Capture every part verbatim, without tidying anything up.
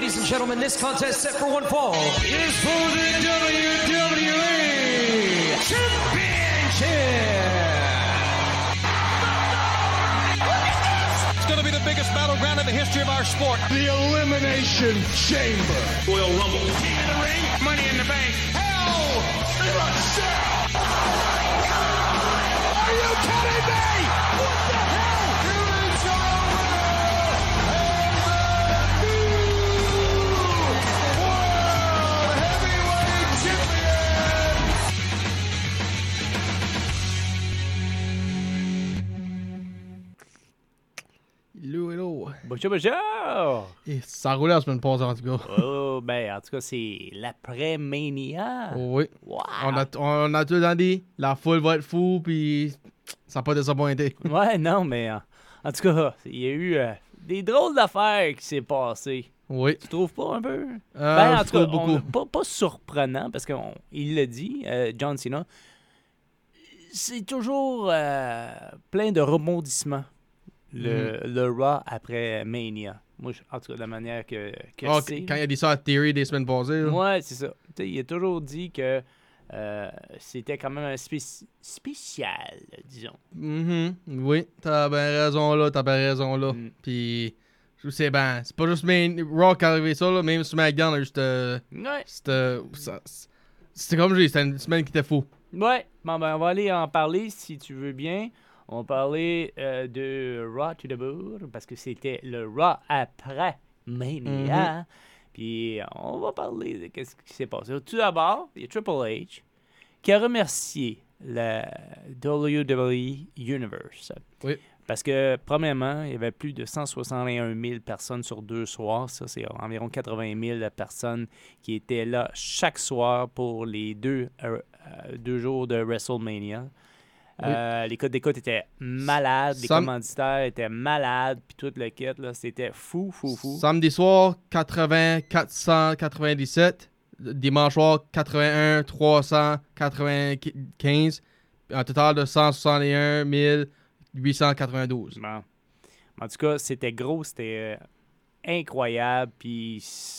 Ladies and gentlemen, this contest set for one fall is for the W W E Championship. It's going to be the biggest battleground in the history of our sport. The Elimination Chamber. Royal Rumble. King of the Ring. Money in the Bank. Hell in a Cell. Oh my God! Are you kidding me? What the hell? Here is your winner, and the new World Heavyweight Champion. Hello, hello. Bonjour, bonjour! Et ça roulait la semaine passée, en tout cas. Oh, ben, en tout cas, c'est l'après-Mania. Oui. Wow! On a, on a tout le temps dit, la foule va être fou, puis ça n'a pas désappointé. Ouais, non, mais en, en tout cas, il y a eu euh, des drôles d'affaires qui s'est passées. Oui. Tu trouves pas un peu? Euh, ben, en je tout cas, trouve beaucoup. on- pas, pas surprenant, parce qu'il l'a dit, euh, John Cena, c'est toujours euh, plein de rebondissements, le, le Raw après Mania. Moi, je- en tout cas, de la manière que, que Ah, c'est. quand il a dit ça à Theory des semaines passées, là. Ouais, c'est ça. Tu sais, il a toujours dit que euh, c'était quand même un spéci- spécial, disons. Mhm. Oui, t'as bien raison là, t'as bien raison là. Mm. Puis, je sais ben, c'est pas juste Main- Raw qui a arrivé ça, là, même SmackDown, là, juste, euh, Ouais. c'était, ça- c'était comme je dis, c'était une semaine qui était fou. Ouais. Bon, ben, on va aller en parler si tu veux bien. On va parler euh, de Raw to the Board parce que c'était le Raw après Mania. Puis on va parler de ce qui s'est passé. Tout d'abord, il y a Triple H qui a remercié la W W E Universe. Oui. Parce que, premièrement, il y avait plus de cent soixante et un mille personnes sur deux soirs. Ça, c'est environ quatre-vingt mille personnes qui étaient là chaque soir pour les deux, euh, euh, deux jours de WrestleMania. Oui. Euh, les codes d'écoute étaient malades, les Sam- commanditaires étaient malades, puis tout le kit, là, c'était fou, fou, fou. Samedi soir, quatre-vingts quatre cent quatre-vingt-dix-sept. Dimanche soir, quatre-vingt-un trois cent quatre-vingt-quinze. Un total de cent soixante et un mille huit cent quatre-vingt-douze. Bon. En tout cas, c'était gros, c'était euh, incroyable, puis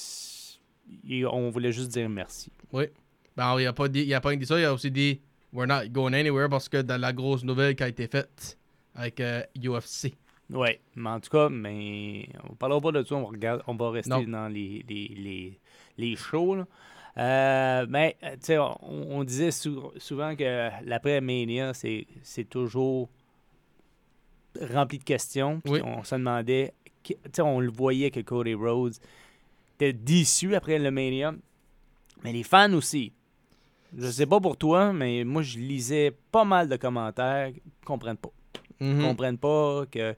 s- et on voulait juste dire merci. Oui. Ben, il n'y a pas dit, il a pas dit ça, il a aussi dit we're not going anywhere parce que dans la grosse nouvelle qui a été faite avec euh, U F C. Oui, mais en tout cas, mais on parlera pas de ça, on va, regarder, on va rester Non. dans les, les, les, les shows. Là. Euh, mais, euh, tu sais, on, on disait sou- souvent que l'après-Mania, c'est, c'est toujours rempli de questions. Puis Oui. on se demandait, tu sais, on le voyait que Cody Rhodes était déçu après le Mania, mais les fans aussi. Je sais pas pour toi, mais moi, je lisais pas mal de commentaires qui comprennent pas. Mhm. comprennent pas que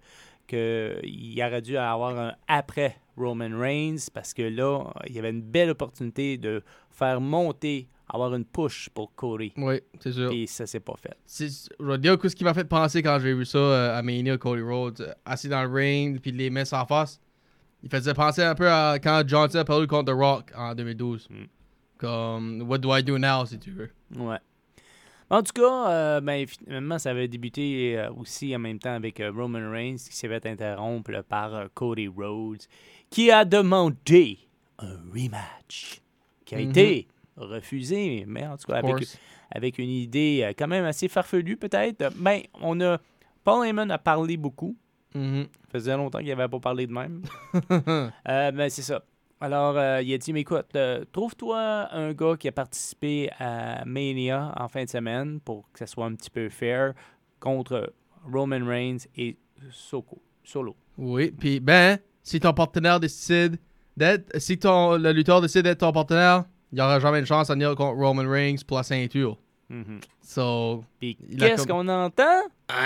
qu'il aurait dû avoir un après Roman Reigns parce que là, il y avait une belle opportunité de faire monter, avoir une push pour Cody. Oui, c'est sûr. Et ça s'est pas fait. C'est- Je vais te dire ce qui m'a fait penser quand j'ai vu ça euh, à Mania, Cody Rhodes, euh, assis dans le ring, puis les mains en face. Il faisait penser un peu à quand John Cena a perdu contre The Rock en deux mille douze. Mm. Comme, what do I do now, si tu veux. Ouais. En tout cas, euh, ben, finalement, ça avait débuté euh, aussi en même temps avec euh, Roman Reigns qui s'est fait interrompre là, par euh, Cody Rhodes qui a demandé un rematch qui a Mhm. été refusé, mais en tout cas Of avec, course. avec une idée euh, quand même assez farfelue peut-être. Ben, on a... Paul Heyman a parlé beaucoup. Mhm. Ça faisait longtemps qu'il n'avait pas parlé de même. Euh, ben, c'est ça. Alors, euh, il a dit, mais écoute, euh, trouve-toi un gars qui a participé à Mania en fin de semaine pour que ça soit un petit peu fair contre Roman Reigns et Soko, Solo. Oui, puis ben, si ton partenaire décide d'être, si ton, le lutteur décide d'être ton partenaire, il n'y aura jamais une chance à venir contre Roman Reigns pour la ceinture. Mhm. So, Puis Il a qu'est-ce comme- qu'on entend?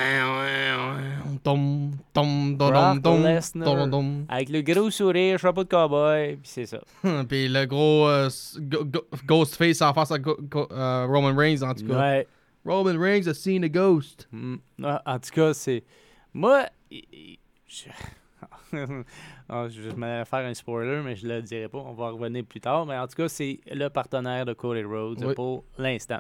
tom, tom, tom, Brock tom, Lesnar. tom, tom. Avec le gros sourire, chapeau de cowboy, puis c'est ça. Puis le gros euh, s- go- go- Ghostface en face à Go- Go- euh, Roman Reigns, en tout cas. Ouais. Roman Reigns a seen a ghost. Mm. Ah, en tout cas, c'est... Moi, i- i- je... Ah, je vais me faire un spoiler, mais je le dirai pas. On va revenir plus tard. Mais en tout cas, c'est le partenaire de Cody Rhodes Oui. pour l'instant.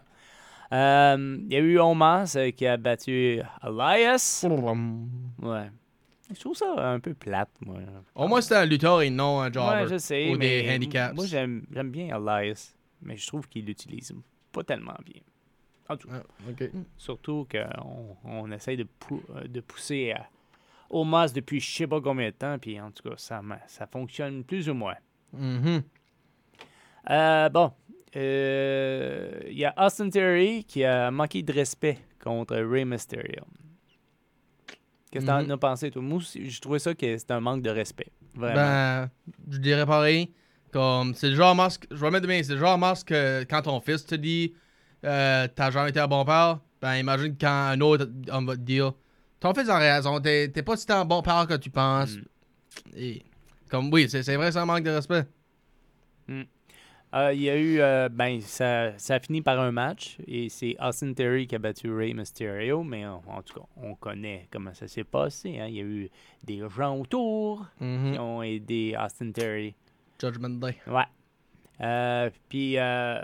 Euh, Il y a eu Omos euh, qui a battu Elias. Ouais. Je trouve ça un peu plate, moi. Au moins, c'était un lutteur et non un jobber. Ouais, je sais, ou mais des handicaps. moi, j'aime, j'aime bien Elias, mais je trouve qu'il l'utilise pas tellement bien. En tout cas, Ah, OK. surtout qu'on on essaye de, pou- de pousser à, au mas depuis je sais pas combien de temps, puis en tout cas, ça, ma- ça fonctionne plus ou moins. Mhm. Euh, bon, euh, il y a Austin Theory qui a manqué de respect contre Rey Mysterio. Qu'est-ce que t'en Mhm. as pensé, toi? Moi aussi, je trouvais ça que c'était un manque de respect. Vraiment. Ben, je dirais pareil. Comme, c'est le genre masque, je vais mettre bien, c'est le genre masque que quand ton fils te dit euh, t'as jamais été un bon père, ben imagine quand un autre on va te dire ton fils a raison, t'es, t'es pas si un bon père que tu penses. Mm. Et, comme oui, c'est, c'est vrai, c'est un manque de respect. Euh, Il y a eu, euh, ben, ça, ça a fini par un match et c'est Austin Theory qui a battu Rey Mysterio, mais en, en tout cas, on connaît comment ça s'est passé. Hein. Il y a eu des gens autour Mhm. qui ont aidé Austin Theory. Judgment Day. Ouais. Euh, Puis, euh,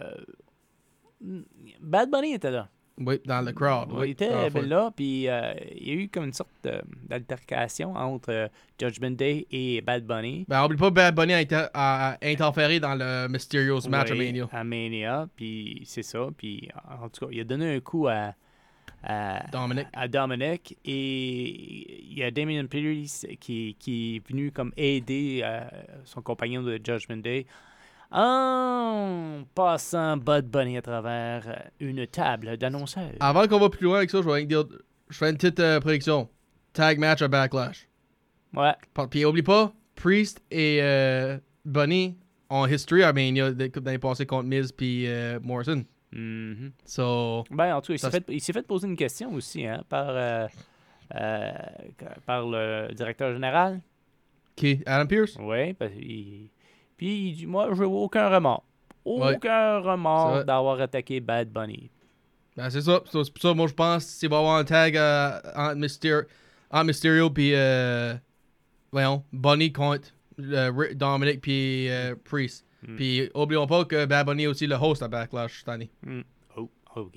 Bad Bunny était là. Oui, dans le crowd. Il Oui, était ah, ben faut- là, puis euh, il y a eu comme une sorte de- d'altercation entre euh, Judgment Day et Bad Bunny. Ben, oublie pas, Bad Bunny a, inter- a interféré dans le Mysterious match à Oui, Mania. À Mania, puis c'est ça. Puis en tout cas, il a donné un coup à, à, Dominic. à Dominic et il y a Damien Priest qui, qui est venu comme aider euh, son compagnon de Judgment Day en passant Bad Bunny à travers euh, une table d'annonceurs. Avant qu'on va plus loin avec ça, je vais rien dire. Je fais une petite euh, prédiction. Tag match à Backlash. Ouais. Pa- Puis oublie pas, Priest et euh, Bunny ont history à Mania des coupes d'années passées contre Miz puis euh, Morrison. Mhm. So, Ben, en tout cas, il s'est Ça, fait, il s'est fait poser une question aussi hein, par, euh, euh, par le directeur général. qui? Adam Pearce? Oui, parce qu'il. Puis il dit moi, je n'ai aucun remords. Ouais. Aucun C'est remords vrai. d'avoir attaqué Bad Bunny. Ben, c'est ça. So, c'est pour ça, moi, je pense qu'il va y avoir un tag euh, entre, Myster- entre Mysterio puis, euh, voyons, Bunny contre euh, Rick- Dominic puis euh, Priest. Mm. Puis, oublions pas que Bad Bunny est aussi le host à Backlash cette année. Hmm. Oh, OK.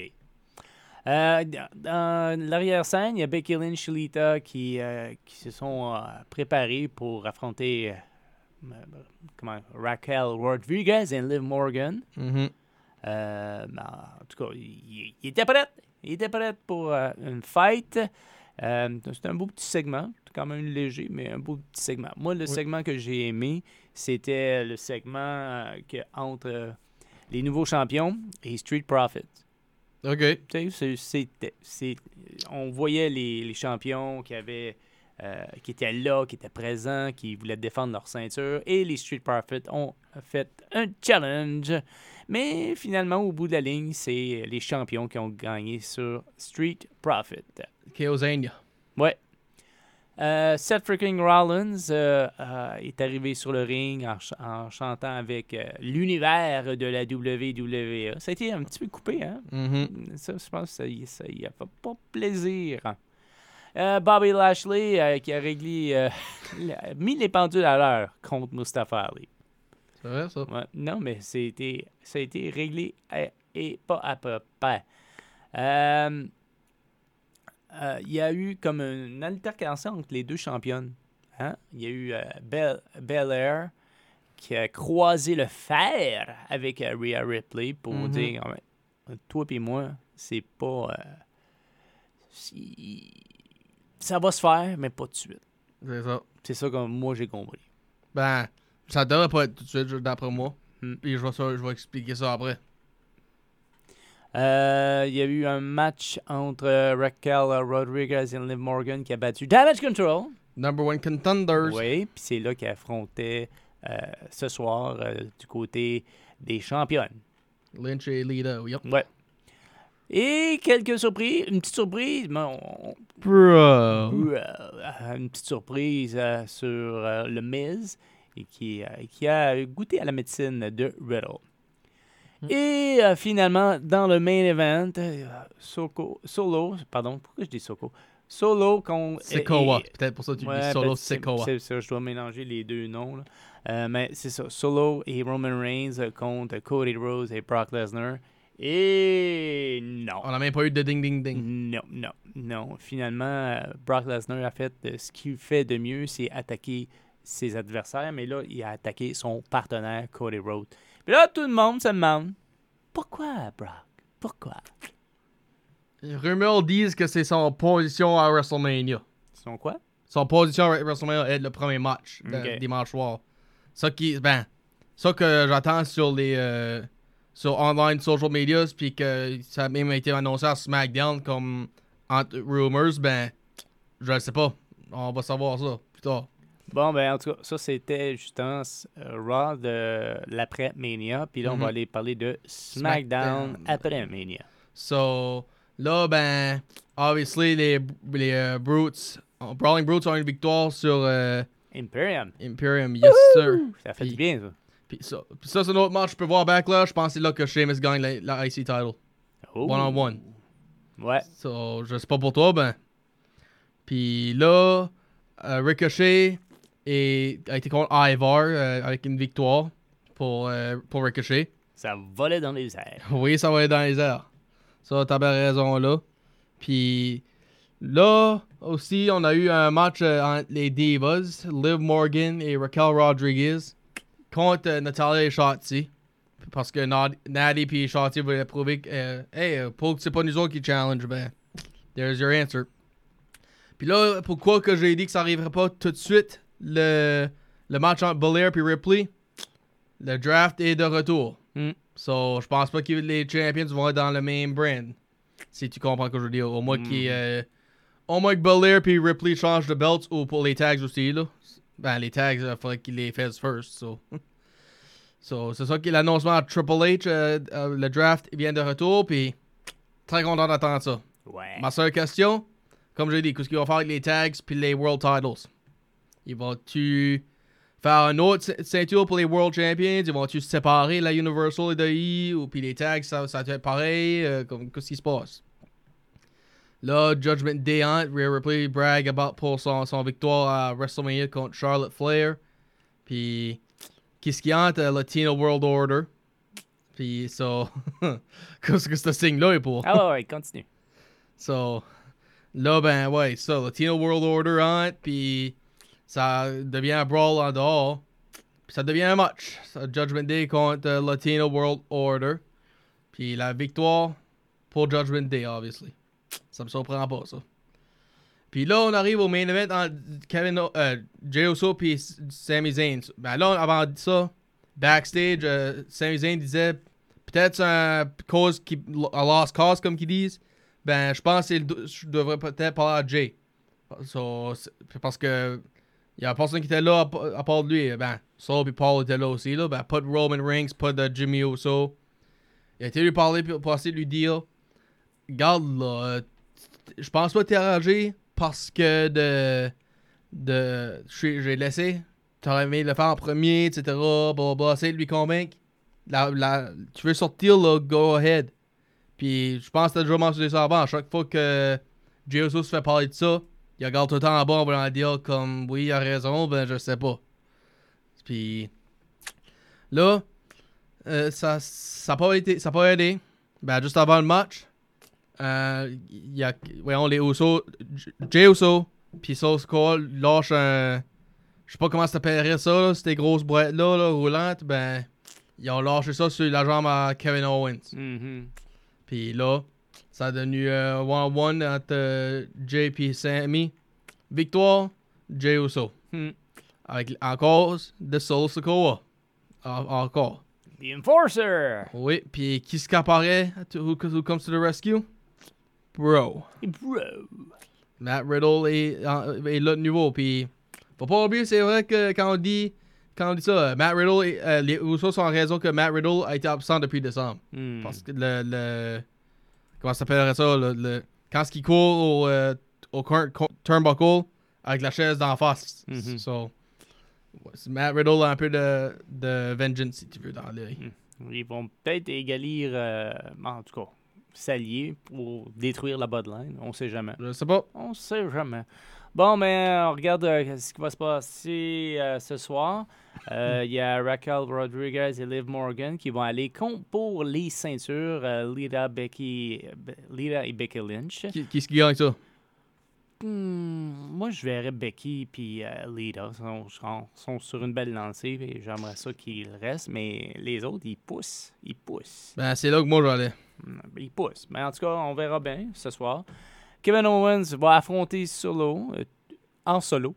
Euh, dans- dans l'arrière-scène, il y a Becky Lynch et Lita qui, euh, qui se sont euh, préparés pour affronter euh, euh, comment, Raquel Rodriguez et Liv Morgan. Mhm. Euh, mais en tout cas, il, il était prêt. Il était prêt pour euh, une fight. Euh, c'était un beau petit segment. C'était quand même léger, mais un beau petit segment. Moi, le segment que j'ai aimé, c'était le segment euh, que, entre euh, les nouveaux champions et Street Profits. OK. Tu sais, c'est- c'était- c'est- on voyait les, les champions qui avaient, euh, qui étaient là, qui étaient présents, qui voulaient défendre leur ceinture. Et les Street Profits ont fait un challenge. Mais finalement, au bout de la ligne, c'est les champions qui ont gagné sur Street Profit. Chaosania. Ouais. Euh, Seth freaking Rollins euh, euh, est arrivé sur le ring en, ch- en chantant avec euh, l'univers de la W W E. Ça a été un petit peu coupé, hein? Mhm. Ça, je pense que ça, y- ça y a fait pas plaisir. Euh, Bobby Lashley euh, qui a réglé, euh, la- mis les pendules à l'heure contre Mustafa Ali. C'est vrai, ça? Ouais, non, mais c'était, ça a été réglé à- et pas à peu près. Euh, euh, Il y a eu comme une altercation entre les deux championnes. Hein? Il y a eu euh, Bel- Belair qui a croisé le fer avec euh, Rhea Ripley pour Mhm. dire ah ouais, toi et moi, c'est pas. euh, si- ça va se faire, mais pas tout de suite. C'est ça. C'est ça que moi j'ai compris. Ben, ça devrait pas être tout de suite, juste d'après moi. Hmm. Puis je vais, ça- je vais expliquer ça après. Euh, Il y a eu un match entre euh, Raquel Rodriguez et Liv Morgan qui a battu Damage Control. Number one contenders. Oui, puis c'est là qu'ils affrontaient euh, ce soir euh, du côté des championnes. Lynch et Lita, oui. Ouais. Et quelques surprises, une petite surprise, mais on- Bro. euh, une petite surprise euh, sur euh, le Miz et qui, euh, qui a goûté à la médecine de Riddle. Et euh, finalement, dans le main event, euh, Soko, Solo, pardon, pourquoi je dis Soko? Solo contre... Sikoa. et- Peut-être pour ça que tu Ouais, dis solo peut-être c'est- Sikoa. C'est ça, je dois mélanger les deux noms. là. Euh, mais c'est ça, Solo et Roman Reigns euh, contre Cody Rhodes et Brock Lesnar. Et non. On n'a même pas eu de ding-ding-ding. Non, non, non. Finalement, euh, Brock Lesnar a fait euh, ce qu'il fait de mieux, c'est attaquer ses adversaires, mais là, il a attaqué son partenaire Cody Rhodes. Puis là, tout le monde se demande, pourquoi Brock? Pourquoi? Les rumeurs disent que c'est son position à WrestleMania. Son quoi? Son position à WrestleMania est le premier match de Ok. dimanche soir. Ça qui, ben, ça que j'attends sur les, euh, sur online social medias, puis que ça a même été annoncé à SmackDown comme entre rumors, ben, je ne sais pas. On va savoir ça plus tard. Bon, ben, en tout cas, ça, c'était justement euh, Raw de l'après-Mania. Puis là, on va Mhm. aller parler de SmackDown, SmackDown. après Mania. So, là, ben, obviously, les, les euh, Brutes, euh, Brawling Brutes ont une victoire sur euh, Imperium. Imperium, yes sir. Ça fait Puis- du bien, ça. Puis ça, puis ça c'est un autre match, je peux voir Backlash, je pense que c'est là que Sheamus gagne la, la I C title. Oh. One-on-one. Ouais. So, je sais pas pour toi, ben. Puis là, euh, Ricochet et, a été contre Ivar euh, avec une victoire pour, euh, pour Ricochet. Ça volait dans les airs. Oui, ça va être dans les airs. Ça, t'as bien raison là. Puis là, aussi, on a eu un match euh, entre les Divas, Liv Morgan et Raquel Rodriguez, contre euh, Natalia et Shotzi. Parce que Nad- Natty et Shotzi voulaient prouver que, euh, hey, euh, pour que c'est pas nous autres qui challenge, ben, there's your answer. Puis là, pourquoi que j'ai dit que ça arriverait pas tout de suite, le, le match entre Belair et Ripley, le draft est de retour. Mm. So, je pense pas que les champions vont être dans le même brand. Si tu comprends ce que je veux dire. Au moins, Mm. qu'il, euh, au moins que Belair et Ripley changent de belt ou pour les tags aussi, là. Ben, les tags, il faudrait qu'ils les fassent first, so. So, c'est ça qui est l'annoncement à Triple H. euh, euh, le draft vient de retour, puis très content d'attendre ça. Ouais. Ma seule question, comme j'ai dit, qu'est-ce qu'ils vont faire avec les tags puis les World Titles? Ils vont-tu faire un autre ce- ceinture pour les World Champions? Ils vont-tu séparer la Universal et de I? Ou puis les tags, ça, ça va être pareil? Euh, comme, qu'est-ce qui se passe? Là, Judgment Day, hein, Rhea Ripley brag about pour son, son victoire à WrestleMania contre Charlotte Flair. Puis, qu'est-ce qu'il y a entre le Latino World Order? Puis, so, qu'est-ce que ce signe-là est pour? Ah ouais, ouais, continue. So, là, ben, ouais, ça, Latino World Order entre, puis ça devient un brawl en dehors. Puis ça devient un match. Ça, Judgment Day contre euh, Latino World Order. Puis la victoire pour Judgment Day, obviously. Ça me surprend pas, ça. Puis là, on arrive au main event entre Kevin, O- euh, Jey Uso puis S- Sami Zayn. Ben là, avant ça, backstage, euh, Sami Zayn disait peut-être c'est un cause qui a lost cause, comme qu'ils disent. Ben, je pense que je devrais peut-être parler à Jay. So, c'est- parce que il y a personne qui était là à, pa- à part de lui. Ben, Saul et Paul étaient là aussi. Là. Ben, pas de Roman Reigns, pas de Jimmy Uso. Il a été lui parler pour pour essayer de lui dire regarde là, euh, je pense pas t'es arrangé parce que de. de j'ai j'ai laissé. T'aurais aimé le faire en premier, et cetera. Blablabla. Essayer de lui convaincre. La, la, tu veux sortir, là, go ahead. Puis je pense que t'as déjà mentionné ça avant. À chaque fois que Jey Uso se fait parler de ça, il regarde tout le temps en bas en voulant dire comme oui, il a raison, ben je sais pas. Puis là, euh, ça ça a pas été ça a pas aidé. Ben juste avant le match, euh, il y a voyons les Uso, J- Jey Uso puis Soul Skull lâche un je sais pas comment ça s'appellerait ça, là, ces grosses boîtes là, là roulantes, ben ils ont lâché ça sur la jambe à Kevin Owens. Mhm. Puis là, ça a devenu euh, one-on-one entre euh, Jay et Sammy. Victoire, Jey Uso. Hmm. Avec en cause de Solo Sikoa. En- Encore. The Enforcer! Oui, puis qui se apparaît? Who, who comes to the rescue? Bro. Bro! Matt Riddle est, en- est là de nouveau. Puis, faut pas oublier, c'est vrai que quand on dit, quand on dit ça, euh, Matt Riddle, est- euh, les Usos sont en raison que Matt Riddle a été absent depuis décembre. Hmm. Parce que le. le comment ça s'appellerait ça? Le, le, quand il court au, euh, au cur- co- turnbuckle avec la chaise d'en face. Mhm. So, ouais, c'est Matt Riddle a un peu de, de vengeance, si tu veux, dans les. Ils vont peut-être égalir, euh, en tout cas, s'allier pour détruire la Bloodline. On sait jamais. Je sais pas. On sait jamais. Bon, mais on regarde euh, ce qui va se passer euh, ce soir. Il euh, y a Raquel Rodriguez et Liv Morgan qui vont aller contre pour les ceintures. Euh, Lita, Becky, Lita et Becky Lynch. Qui, qui, qui gagne ça? Hmm, moi, je verrais Becky et euh, Lita. Ils sont, sont, sont sur une belle lancée et j'aimerais ça qu'ils restent. Mais les autres, ils poussent. Ils poussent. Ben, c'est là que moi j'allais. Ils poussent. Mais en tout cas, on verra bien ce soir. Kevin Owens va affronter Solo, euh, en solo.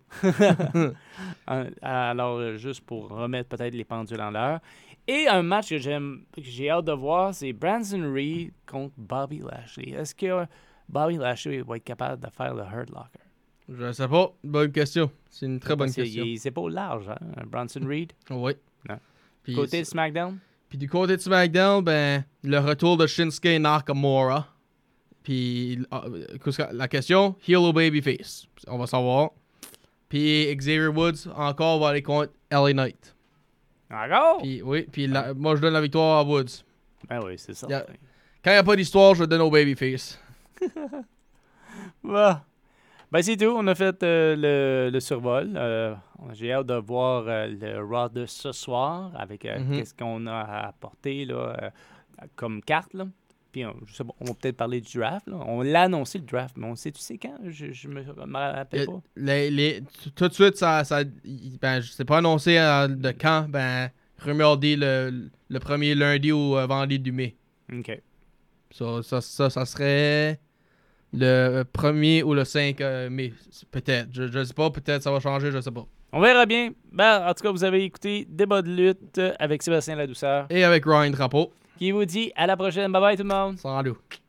Alors, juste pour remettre peut-être les pendules en l'heure. Et un match que j'aime, que j'ai hâte de voir, c'est Branson Reed contre Bobby Lashley. Est-ce que Bobby Lashley va être capable de faire le Hurt Locker? Je sais pas. Bonne question. C'est une très bonne Parce question. Il est pas large, hein, Branson Reed. Oui. Non. Puis, Côté de SmackDown? Puis du côté de SmackDown, ben, le retour de Shinsuke Nakamura. Puis euh, la question, heel ou babyface? On va savoir. Puis Xavier Woods, encore, va aller contre L A Knight. Encore? Puis oui, puis la, moi je donne la victoire à Woods. Ben oui, c'est ça. Yeah. Quand il n'y a pas d'histoire, je donne au babyface. Bah. Ben c'est tout, on a fait euh, le, le survol. Euh, j'ai hâte de voir euh, le Raw de ce soir avec euh, Mm-hmm. qu'est-ce qu'on a à apporter là, euh, comme carte. Là. Puis on, je sais pas, on va peut-être parler du draft. Là. On l'a annoncé le draft, mais on sait, tu sais quand? Je, je me, me rappelle pas. Les, les, tout de suite, ça, ça ben, je sais pas annoncé euh, de quand. Ben, rumeur dit le, le premier lundi ou euh, vendredi du mai. OK. So, ça, ça, ça serait le premier ou le cinq euh, mai. Peut-être. Je, je sais pas. Peut-être ça va changer. Je sais pas. On verra bien. Ben, en tout cas, vous avez écouté Débat de lutte avec Sébastien Ladouceur. Et avec Ryan Drapeau. Qui vous dit à la prochaine. Bye bye tout le monde. Salut.